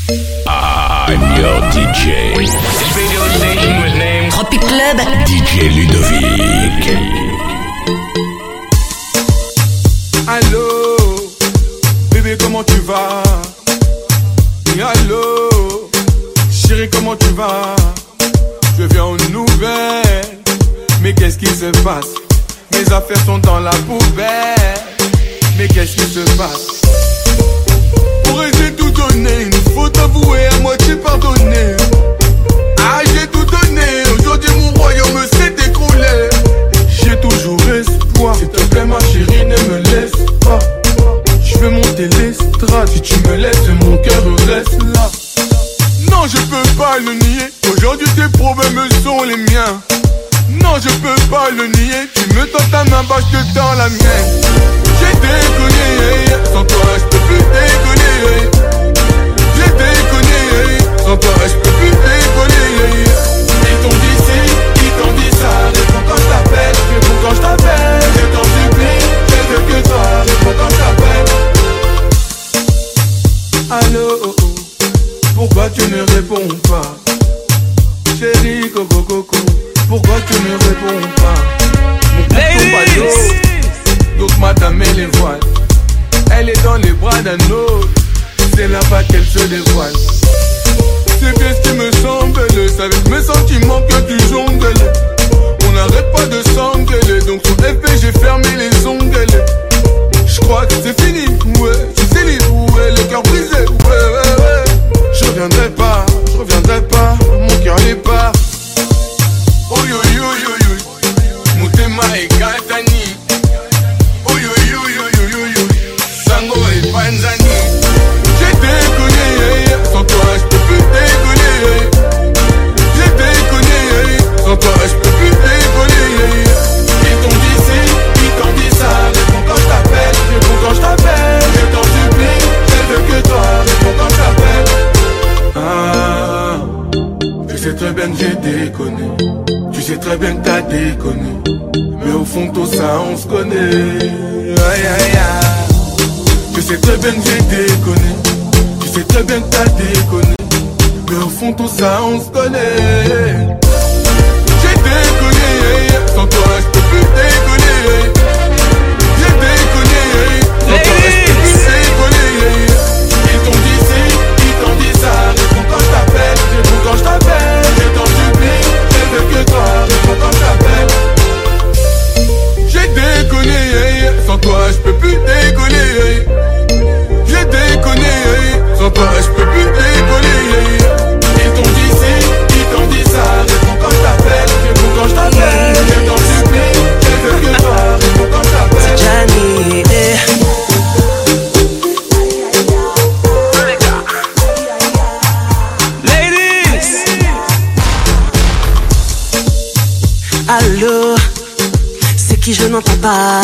I'm your DJ. This radio station was named Tropic Club. DJ Ludovic. Allô, bébé, comment tu vas? Allô, chérie, comment tu vas? Je viens aux nouvelles, mais qu'est-ce qui se passe? Mes affaires sont dans la poubelle, mais qu'est-ce qui se passe? J'ai tout donné, une faute avouée, à moitié pardonnée. Ah, j'ai tout donné, aujourd'hui mon royaume s'est écroulé. J'ai toujours espoir, s'il te plaît ma chérie, ne me laisse pas. Je veux monter l'estrade, si tu me laisses, mon cœur reste là. Non, je peux pas le nier, aujourd'hui tes problèmes sont les miens. Non, je peux pas le nier, tu me tends ta main, bah je te tends la mienne. J'ai déconné, sans toi je peux plus déconner. J'ai déconné, sans toi je peux plus déconner. Ils t'ont dit ci, ils t'ont dit ça, réponds quand je t'appelle, réponds quand je t'appelle. Je t'en supplie, je veux que toi, réponds quand je t'appelle. Allô, pourquoi tu ne réponds pas? Chérie, coco, coco, pourquoi tu ne réponds pas? Mon donc madame elle les voile. Elle est dans les bras d'un autre, c'est là-bas qu'elle se dévoile. C'est bien ce qui me semble, c'est avec mes sentiments que tu jongles. On n'arrête pas de s'engueuler, donc sur FP j'ai fermé les ongles. Je crois que c'est fini, ouais, tu sais libre, ouais, le cœur brisé, ouais. Je reviendrai pas, mon cœur n'est pas. Oh yo yo yo yo, Mutema et Katani. Oh yo yo yo yo yo yo, Sango et Panzani. J'ai déconné, sans toi je peux plus déconner. J'ai déconné, sans toi je peux plus déconner. Ils t'ont dit ci, ils t'ont dit ça, réponds quand je t'appelle, réponds quand je t'appelle. Je t'en supplie, je veux que toi, réponds quand je t'appelle. Ah, tu sais très bien que j'ai déconné. Tu sais très bien que t'as déconné. Mais au fond tout ça on se connaît. Aïe aïe aïe. Tu sais très bien que j'ai déconné. Tu sais très bien que t'as déconné. Mais au fond tout ça on se connaît. J'ai déconné, sans toi je peux plus déconner. J'ai déconné, sans toi je peux plus déconner. Ils t'ont dit ci, ils t'ont dit ça, réponds quand je t'appelle, réponds quand je t'appelle. Je t'en supplie, je veux que toi, réponds quand je t'appelle. J'ai déconné, sans toi je peux plus déconner. J'ai déconné, sans toi je peux plus déconner. Ils t'ont dit ci, ils t'ont dit ça, réponds quand je t'appelle, réponds quand je t'appelle. Je t'en supplie, je veux que toi, réponds quand je t'appelle. C'est Gianni, allô, c'est qui je n'entends pas?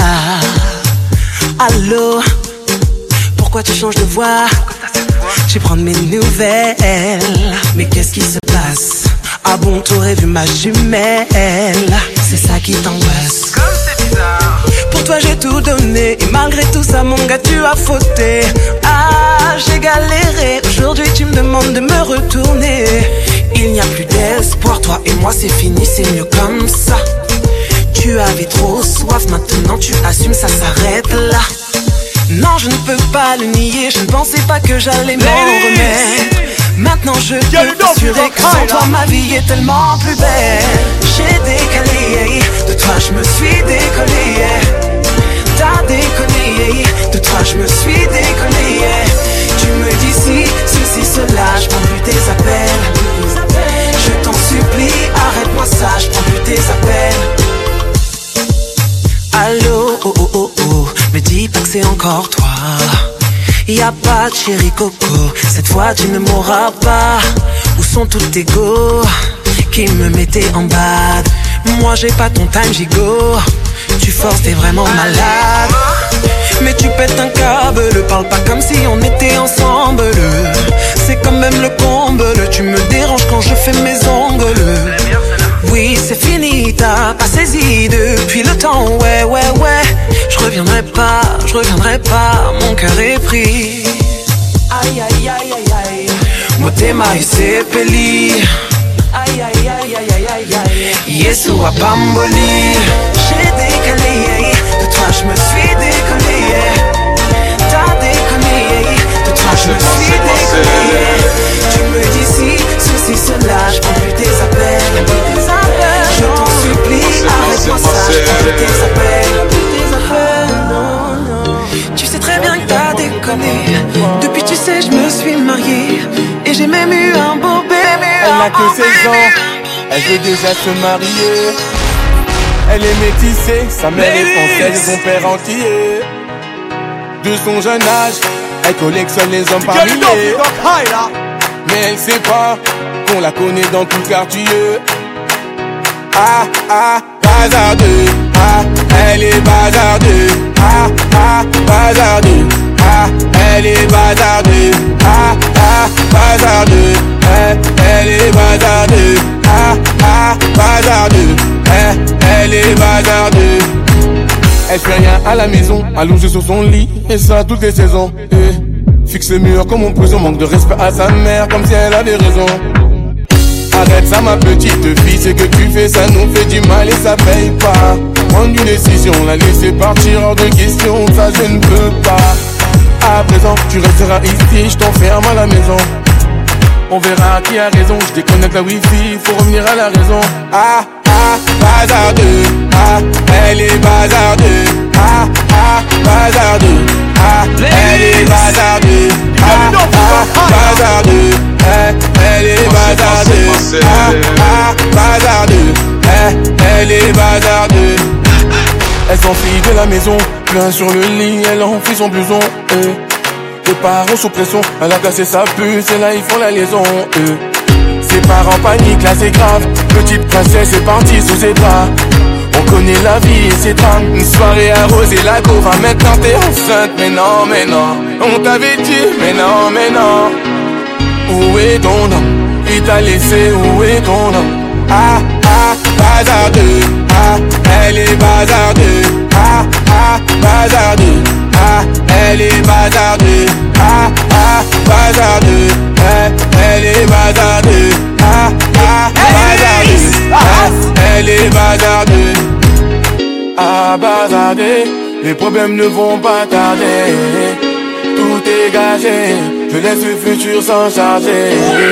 Allô, pourquoi tu changes de voix? Je vais prendre mes nouvelles. Mais qu'est-ce qui se passe? Ah bon, t'aurais vu ma jumelle? C'est ça qui t'angoisse? Comme c'est bizarre. Pour toi j'ai tout donné, et malgré tout ça mon gars tu as fauté. Ah, j'ai galéré, aujourd'hui tu me demandes de me retourner. Il n'y a plus d'espoir, toi et moi c'est fini, c'est mieux comme ça. Tu avais trop soif, maintenant tu assumes, ça s'arrête là. Non, je ne peux pas le nier, je ne pensais pas que j'allais m'en remettre. Maintenant je peux t'assurer que sans toi ma vie est tellement plus belle. J'ai décalé, de toi je me suis décollé. T'as déconné, de toi je me suis décollé. Tu me dis si, ceci, cela, je prends plus tes appels. Je t'en supplie, arrête-moi ça, je prends plus tes appels. Allô, oh oh oh oh, me dis pas que c'est encore toi. Y'a pas de chéri coco, cette fois tu ne m'auras pas. Où sont tous tes go qui me mettaient en bad? Moi j'ai pas ton time gigot, tu forces, t'es vraiment malade. Mais tu pètes un câble, parle pas comme si on était ensemble. C'est quand même le comble, tu me déranges quand je fais mes ongles. Oui, c'est fini, t'as pas saisi depuis le temps, ouais. Je reviendrai pas, mon cœur est pris. Aïe, aïe, aïe, aïe, aïe. motema esepeli. Aïe aïe aïe aïe aïe aïe aïe. Yesu apamboli. J'ai décalé, de toi je me suis décollé. T'as déconné, de toi je me suis décollé. Tu me dis si, ceci, cela, je prends plus tes appels. Je t'en supplie, arrête-moi ça, je prends plus tes appels. Non, non. Tu sais très bien que t'as déconné. Depuis tu sais je me suis mariée. Et j'ai même eu un beau bébé. Elle n'a que 16 ans, elle veut déjà se marier. Elle est métissée, sa mère est française et son père entier. De son jeune âge, elle collectionne les hommes par milliers. Mais elle sait pas qu'on la connaît dans tout le quartier. Ah ah, bazardeux. Ah, elle est bazardeux. Ah ah, bazardeux. Ah, elle est bazardeux. Ah ah, bazardeux. Elle est bazardeux. Ah ah, bazardeux. Elle est bazardeux. Elle fait rien à la maison, allongée sur son lit, et ça toutes les saisons. Fixe le mur comme on prison, manque de respect à sa mère, comme si elle avait raison. Arrête ça ma petite fille, c'est que tu fais, ça nous fait du mal et ça paye pas. Prendre une décision, la laisser partir hors de question, ça je ne peux pas. À présent, tu resteras ici, je t'enferme à la maison. On verra qui a raison, je déconnecte la wifi, faut revenir à la raison. Ah ah, bazardeux. Ah, elle est bazardeux. Ah ah, bazardeux. Ah, elle est bazardeux. Ah ah, bazardeux. Elle est bazardeux. Ah ah, bazardeux. Elle est bazardeux. Elle s'enfuit de la maison, plein sur le lit, elle enfuit son blouson. Les parents sous pression, elle a cassé sa puce et là ils font la liaison. Ses parents paniquent, là c'est grave. Petite princesse est partie sous ses draps. On connaît la vie et ses drames. Une soirée arrosée, la go va maintenant t'es enceinte. Mais non, mais non, on t'avait dit. Mais non, mais non. Où est ton homme? Il t'a laissé, où est ton homme? Ah ah, bazardeux. Ah, elle est bazardeux. Ah ah, bazardeux. Ah, elle est bazardeux. Ah ah, bazardeux. Elle est bazardeux. Ah ah, bazardeux. Elle est bazardeux. Ah, bazardeux. Les problèmes ne vont pas tarder. Tout est gagé. Je laisse le futur s'en charger.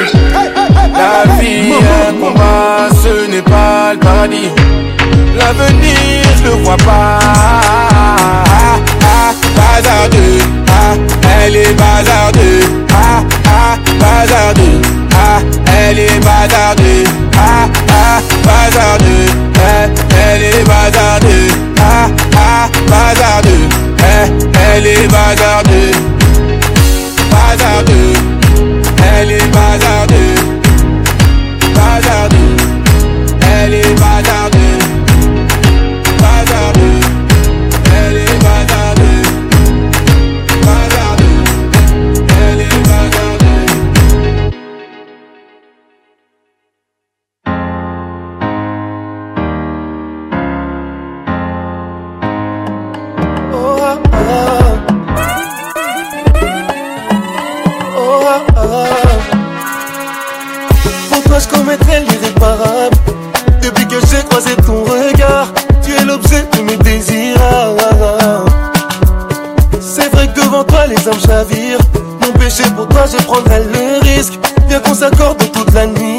La vie est un combat, ce n'est pas le paradis. L'avenir, je le vois pas. Ah, ah, bazardeux. Ah, elle est bazardeux. Ah, ah, bazardeux. Ah, elle est bazardeux. Ah, ah, bazardeux. Elle est bazardeux. Ah, ah, bazardeux. Elle est bazardeux. Bazardeux. Elle est bazardeux. Bazardeux. Elle est bazardeux. Bazardeux. Elle est bazardeux. Bazardeux. Elle est bazardeux. Oh ah ah. Oh ah ah. Pour toi je commettrais l'irréparable. Depuis que j'ai croisé ton regard, tu es l'objet de mes désirs. C'est vrai que devant toi les âmes chavirent. Mon péché pour toi je prendrai le risque. Bien qu'on s'accorde toute la nuit.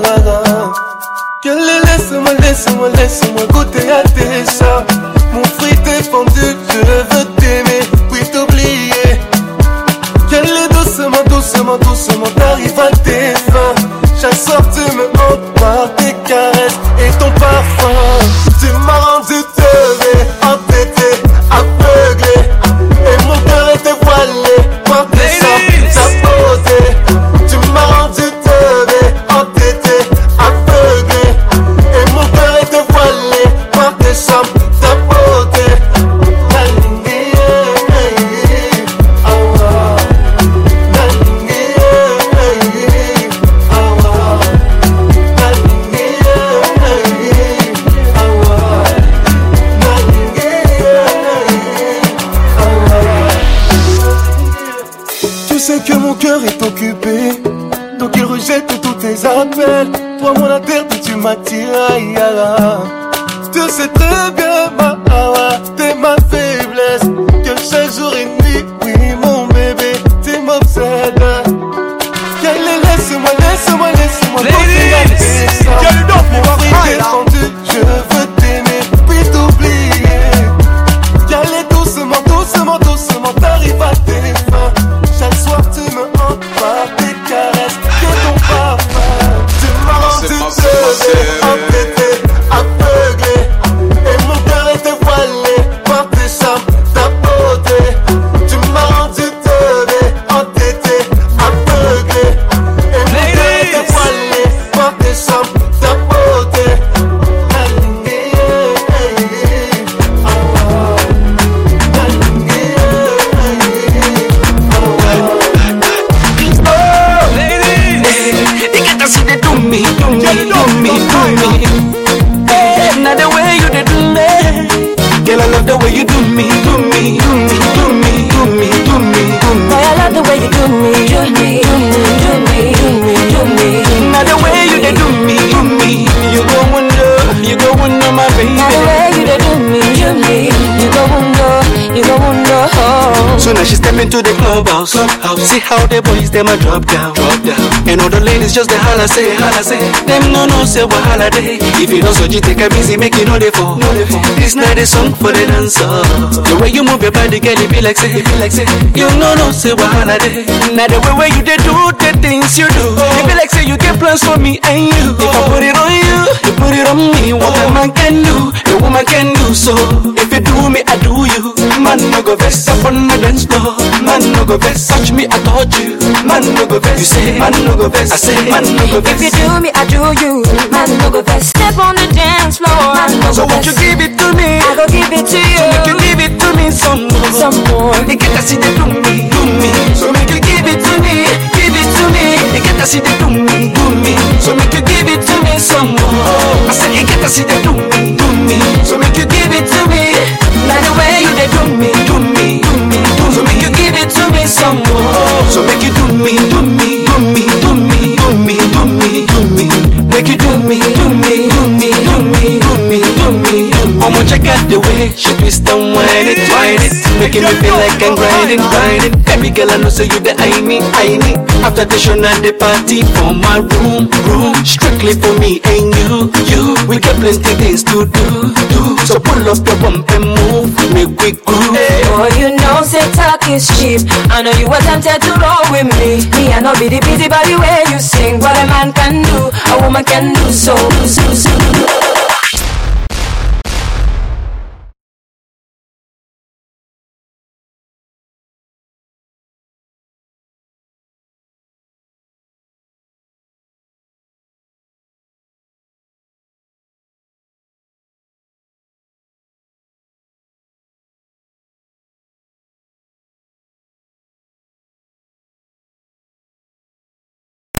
Laisse-moi, laisse-moi, laisse-moi goûter à tes chats. Mon fruit défendu, je veux t'aimer, puis t'oublier. Qu'elle est doucement, doucement, doucement, t'arrives à tes fins. Chaque soir tu me hantes par tes caresses et ton parfum. Tu m'as rendu teubé, entêté, aveuglé. Et mon cœur était voilé par tes seins, ta beauté. Tu m'as rendu teubé, entêté, aveuglé. Et mon cœur était voilé par tes seins, ta beauté. Tu sais que mon cœur est occupé donc il rejette tous tes appels. Toi mon interdit, tu m'attires. Tu sais très bien, t'es ma faiblesse. Que chaque jour et nuit, oui mon bébé, tu m'obsèdes. Laisse-moi Ladies, Quel don pour avoir défendu, je veux t'aimer, puis t'oublier. Qu'elle doucement, t'arrives à tes fins. Chaque soir tu me hantes par tes caresses, que ton parfum. Tu m'as rendu entêté, aveuglé, et mon cœur était voilé par tes charmes, ta beauté. Tu m'as rendu entêté, aveuglé, et mon cœur était voilé par tes charmes, ta beauté. Now the way you did do me, girl, I love the way you do me. Boy, I love the way you do me. Now the way you did do me, you go wonder, my baby. Now the way you did do me, you go wonder. So now she step into the clubhouse. See how the boys them a drop down. And all the ladies just the holla say. Them no say what holiday. If you don't so you take a busy, make you know they fall. This night is song for the dancer. The way you move your body, girl, it be like say. You no say what holiday. Now the way you they do the things you do, it be like say you get plans for me and you. If I put it on you, you put it on me. What a man can do, a woman can do. So if you do me, I do you. Man no go vex up on the dance floor. Man no go vex, touch me, I touch you. Man no go vex, you say man no go vex, I say man no go vex. If you do me, I do you. Man no go vex. Step on the dance floor. Man no So go won't vex. you give it to me? I go give it to you. So make you give it to me some more. You get to see the do me. So make you give it to me. You get to see the do me. So make you give it to me some more. I said you get to see the do me. So make you give it to me. Now the way you they do me. So make you give it to me some more. So make you do me. Make you do me. I'ma check out the way she twist and wind it, making me feel like I'm grinding. Baby girl, I know so you the I need. After the show and the party for my room, strictly for me and you. We got plenty things to do. So pull up your bump and move, make we groove. Oh, you know, say talk is cheap. I know you were tempted to roll with me. Me, I know be the busy by the way you sing. What a man can do, a woman can do so.